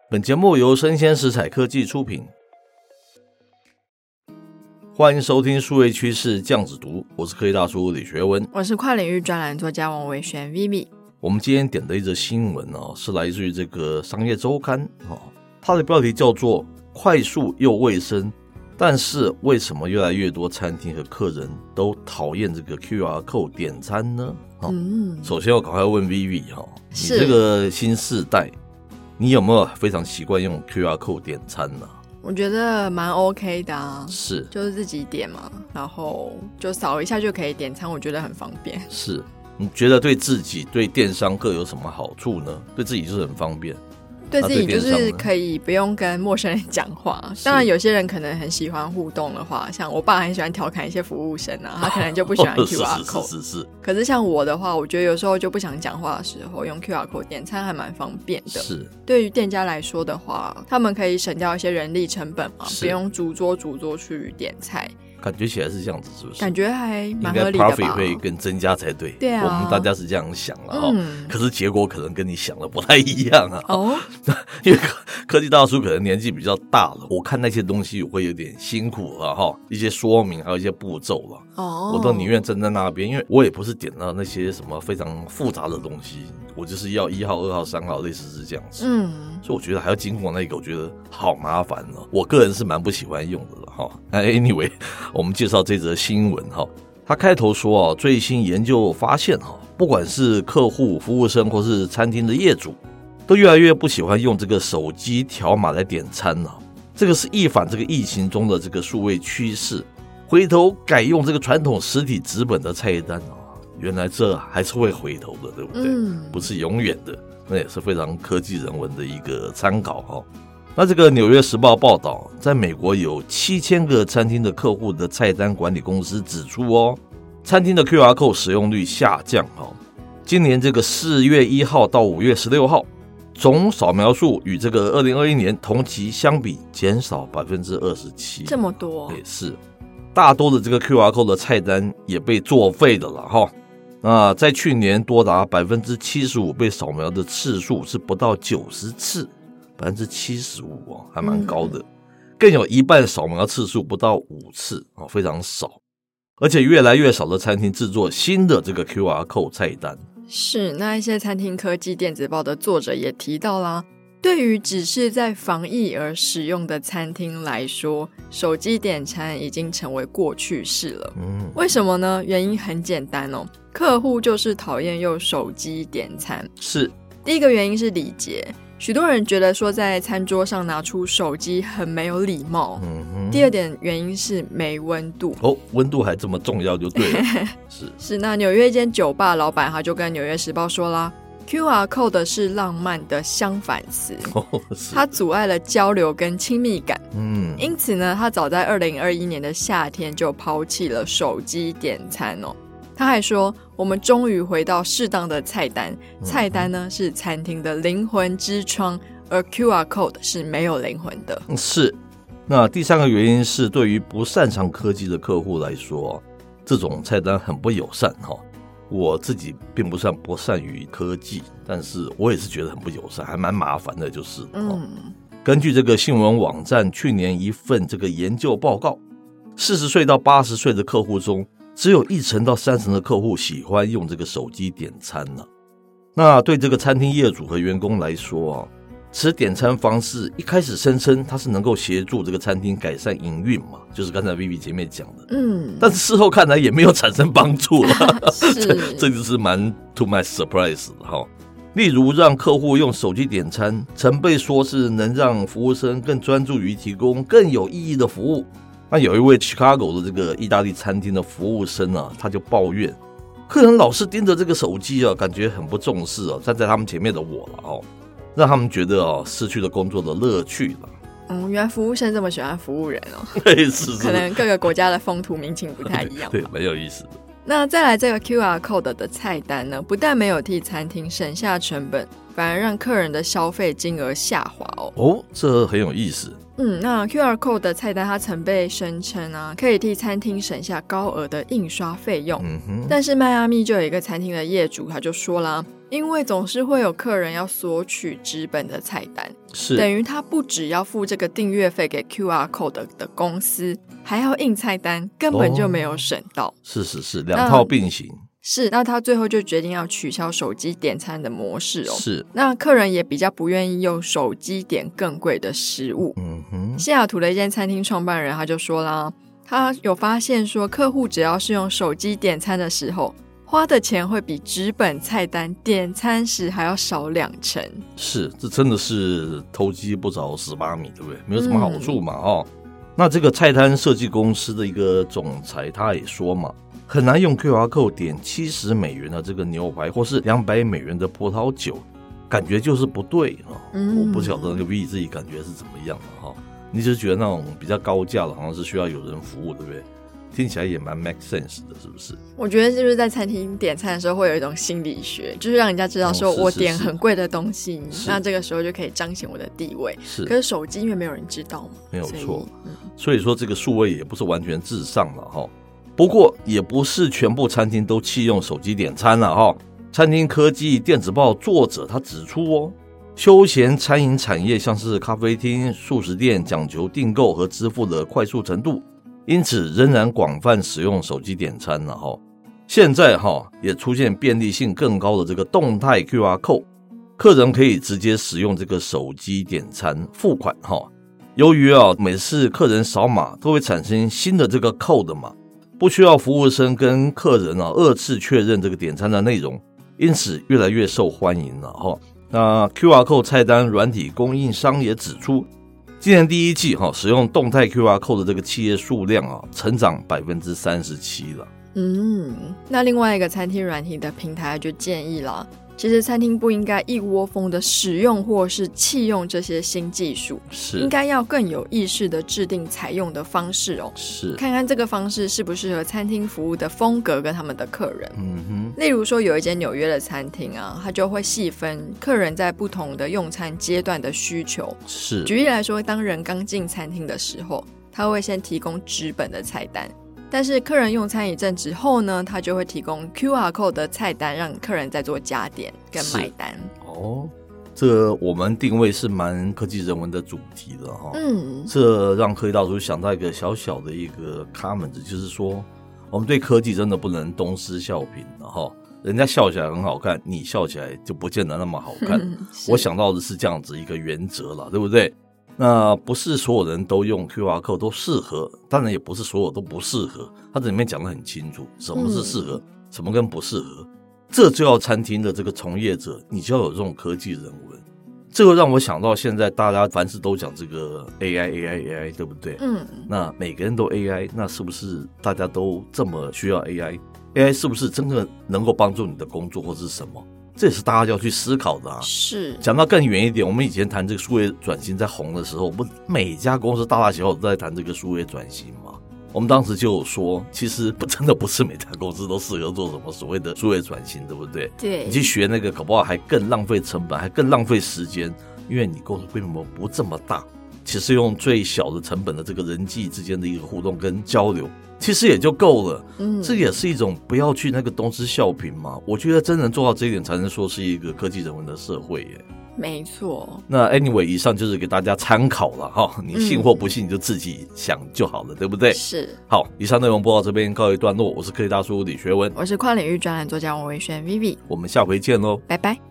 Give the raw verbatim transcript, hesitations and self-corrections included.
本节目由生鲜食材科技出品，欢迎收听数位趋势酱子读，我是科技大叔李学文， 我是跨领域专栏作家王维璇 Vivi。 我们今天点的一则新闻、哦、是来自于这个商业周刊、哦、它的标题叫做快速又卫生，但是为什么越来越多餐厅和客人都讨厌这个 Q R code 点餐呢、哦嗯、首先我赶快问 Vivi、哦、你这个新世代你有没有非常习惯用 Q R code 点餐呢？ 我觉得蛮 OK 的啊， 是， 就是自己点嘛，然后就扫一下就可以点餐，我觉得很方便。 是，你觉得对自己对电商各有什么好处呢？对自己就是很方便， 对自己就是可以不用跟陌生人讲话。当然有些人可能很喜欢互动的话，像我爸很喜欢调侃一些服务生啊，他可能就不喜欢 Q R code 是是是是。 可是像我的话，我觉得有时候就不想讲话的时候用 Q R code 点餐还蛮方便的。 是， 对于店家来说的话，他们可以省掉一些人力成本嘛，不用逐桌逐桌去点菜， 感觉起来是这样子，是不是？ 感觉还蛮合理的吧， 应该 profit 会更增加才对。 对啊， 我们大家是这样想了、哦嗯、 可是结果可能跟你想的不太一样啊。 哦， 因为科技大叔可能年纪比较大了，我看那些东西我会有点辛苦了哈，一些说明还有一些步骤了。哦，我都宁愿站在那边，因为我也不是点到那些什么非常复杂的东西，我就是要一号、二号、三号，类似是这样子。嗯，所以我觉得还要经过那个，我觉得好麻烦哦。我个人是蛮不喜欢用的了哈。Anyway， 我们介绍这则新闻哈。他开头说、哦、最新研究发现、哦、不管是客户、服务生或是餐厅的业主，都越来越不喜欢用这个手机条码来点餐了、啊。这个是逆反这个疫情中的这个数位趋势，回头改用这个传统实体纸本的菜单、哦、原来这还是会回头的，对不对？嗯，不是永远的，那也是非常科技人文的一个参考、哦。那这个纽约时报报道，在美国有七千个餐厅的客户的菜单管理公司指出哦，餐厅的 Q R code 使用率下降哦。今年这个四月一号到五月十六号，总扫描数与这个二零二一年同期相比减少 百分之二十七， 这么多？ 也是，大多的这个 Q R code 的菜单也被作废的了哈。那在去年多达 百分之七十五 被扫描的次数是不到九十次。百分之七十五、哦、还蛮高的、嗯、更有一半扫描次数不到五次、哦、非常少，而且越来越少的餐厅制作新的这个 Q R code 菜单。 是，那一些餐厅科技电子报的作者也提到啦，对于只是在防疫而使用的餐厅来说，手机点餐已经成为过去式了、嗯、为什么呢？原因很简单哦，客户就是讨厌用手机点餐。是，第一个原因是礼节，许多人觉得说在餐桌上拿出手机很没有礼貌、嗯、第二点原因是没温度。 哦，温度还这么重要就对了是是，那纽约一间酒吧老板他就跟纽约时报说啦， Q R code 是浪漫的相反词、哦、它阻碍了交流跟亲密感、嗯、因此呢他早在二零二一年的夏天就抛弃了手机点餐哦。他还说，我们终于回到适当的菜单，菜单呢是餐厅的灵魂之窗，而 Q R code 是没有灵魂的。 是，那第三个原因是对于不擅长科技的客户来说，这种菜单很不友善。我自己并不算不善于科技，但是我也是觉得很不友善，还蛮麻烦的就是、嗯、根据这个新闻网站去年一份这个研究报告，四十岁到八十岁的客户中只有一成到三成的客户喜欢用这个手机点餐、啊、那对这个餐厅业主和员工来说、啊、此点餐方式一开始声称它是能够协助这个餐厅改善营运嘛，就是刚才 Vivi 姐妹讲的，嗯，但是事后看来也没有产生帮助了是这, 这就是蛮 to my surprise 的哈。例如让客户用手机点餐，曾被说是能让服务生更专注于提供更有意义的服务。那有一位 Chicago 的这个意大利餐厅的服务生啊，他就抱怨客人老是盯着这个手机啊，感觉很不重视啊，站在他们前面的我了哦，让他们觉得哦失去了工作的乐趣了。 嗯，原来服务生这么喜欢服务人哦， 是是， 可能各个国家的风土民情不太一样对，蛮有意思的。 那再来这个 Q R code 的菜单呢，不但没有替餐厅省下成本，反而让客人的消费金额下滑哦。 哦，这很有意思。 嗯，那 Q R code 的菜单它曾被声称啊，可以替餐厅省下高额的印刷费用、嗯、但是迈阿密就有一个餐厅的业主他就说啦， 因为总是会有客人要索取纸本的菜单， 是等于他不只要付这个订阅费给 Q R code 的, 的公司，还要印菜单，根本就没有省到、哦、 是是是，两套并行。 是，那他最后就决定要取消手机点餐的模式哦。 是， 那客人也比较不愿意用手机点更贵的食物。 嗯哼， 西雅图的一间餐厅创办人他就说啦，他有发现说，客户只要是用手机点餐的时候，花的钱会比纸本菜单点餐时还要少两成。 是，这真的是偷鸡不着蚀把米，对不对？没有什么好处嘛、嗯、哦。那这个菜单设计公司的一个总裁他也说嘛，很难用 Q R code 点七十美元的这个牛排或是两百美元的葡萄酒，感觉就是不对、哦嗯、我不晓得那个 V 自己感觉是怎么样的、哦、你只是觉得那种比较高价的好像是需要有人服务，对不对？听起来也蛮 make sense 的，是不是？我觉得就是在餐厅点餐的时候会有一种心理学，就是让人家知道说我点很贵的东西、哦、是是是，那这个时候就可以彰显我的地位。 是， 可是手机因为没有人知道嘛， 没有错。所以、嗯、所以说这个数位也不是完全至上了哈。不过也不是全部餐厅都弃用手机点餐了哈。餐厅科技电子报作者他指出哦，休闲餐饮产业像是咖啡厅、素食店讲求订购和支付的快速程度，因此仍然广泛使用手机点餐了哈。现在哈也出现便利性更高的这个动态 Q R code， 客人可以直接使用这个手机点餐付款哈。由于啊每次客人扫码都会产生新的这个 code 嘛，不需要服务生跟客人啊二次确认这个点餐的内容，因此越来越受欢迎了哈。那 Q R code 菜单软体供应商也指出，今年第一季哈使用动态 Q R code 的这个企业数量啊成长 百分之三十七 了。 嗯，那另外一个餐厅软体的平台就建议啦，其实餐厅不应该一窝蜂的使用或是弃用这些新技术， 是应该要更有意识的制定采用的方式哦。 是， 看看这个方式适不适合餐厅服务的风格跟他们的客人。 嗯哼， 例如说有一间纽约的餐厅啊，它就会细分客人在不同的用餐阶段的需求。 是， 举例来说，当人刚进餐厅的时候，他会先提供纸本的菜单。但是客人用餐一阵之后呢，他就会提供 Q R code 的菜单，让客人再做加点跟买单。 哦，这个我们定位是蛮科技人文的主题的哈。 嗯， 这让科技大叔想到一个小小的一个 comment， 就是说我们对科技真的不能东施效颦的哈。人家笑起来很好看，你笑起来就不见得那么好看。嗯、我想到的是这样子一个原则啦，对不对？那不是所有人都用 Q R code 都适合，当然也不是所有都不适合，它这里面讲得很清楚，什么是适合、嗯、什么跟不适合，这就要餐厅的这个从业者你就要有这种科技人文。这个让我想到现在大家凡事都讲这个 A I A I A I 对不对？ 嗯， 那每个人都 A I， 那是不是大家都这么需要 A I？ A I 是不是真的能够帮助你的工作或是什么？这也是大家要去思考的啊。 是， 讲到更远一点，我们以前谈这个数位转型在红的时候，我们每家公司大大小小都在谈这个数位转型嘛。我们当时就有说，其实不真的不是每家公司都适合做什么所谓的数位转型，对不对？ 对， 你去学那个搞不好还更浪费成本，还更浪费时间，因为你公司规模不这么大，其实用最小的成本的这个人际之间的一个互动跟交流其实也就够了。嗯，这也是一种不要去那个东施效颦嘛。我觉得真能做到这一点，才能说是一个科技人文的社会耶。 没错。 那 anyway 以上就是给大家参考了哈，你信或不信你就自己想就好了、嗯、对不对？ 是。好， 以上内容播到这边告一段落，我是科技大叔李学文， 我是跨领域专栏作家王维轩 Vivi， 我们下回见咯， 拜拜。